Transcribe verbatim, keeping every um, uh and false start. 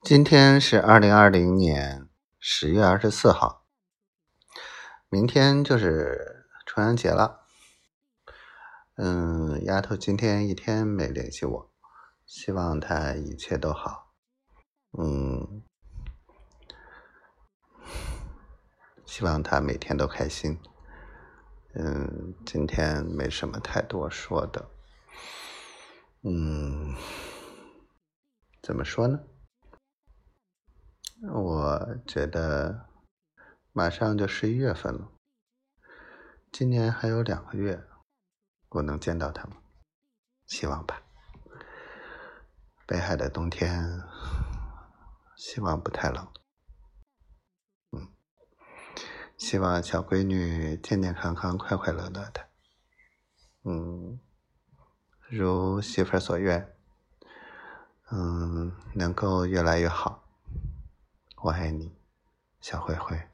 今天是二零二零年十月二十四号，明天就是重阳节了。嗯，丫头今天一天没联系我，希望她一切都好。嗯，希望她每天都开心。嗯，今天没什么太多说的。嗯，怎么说呢？我觉得马上就十一月份了，今年还有两个月，我能见到他吗？希望吧。北海的冬天，希望不太冷。嗯，希望小闺女健健康康、快快乐乐的。嗯，如媳妇儿所愿。嗯，能够越来越好。我爱你，小灰灰。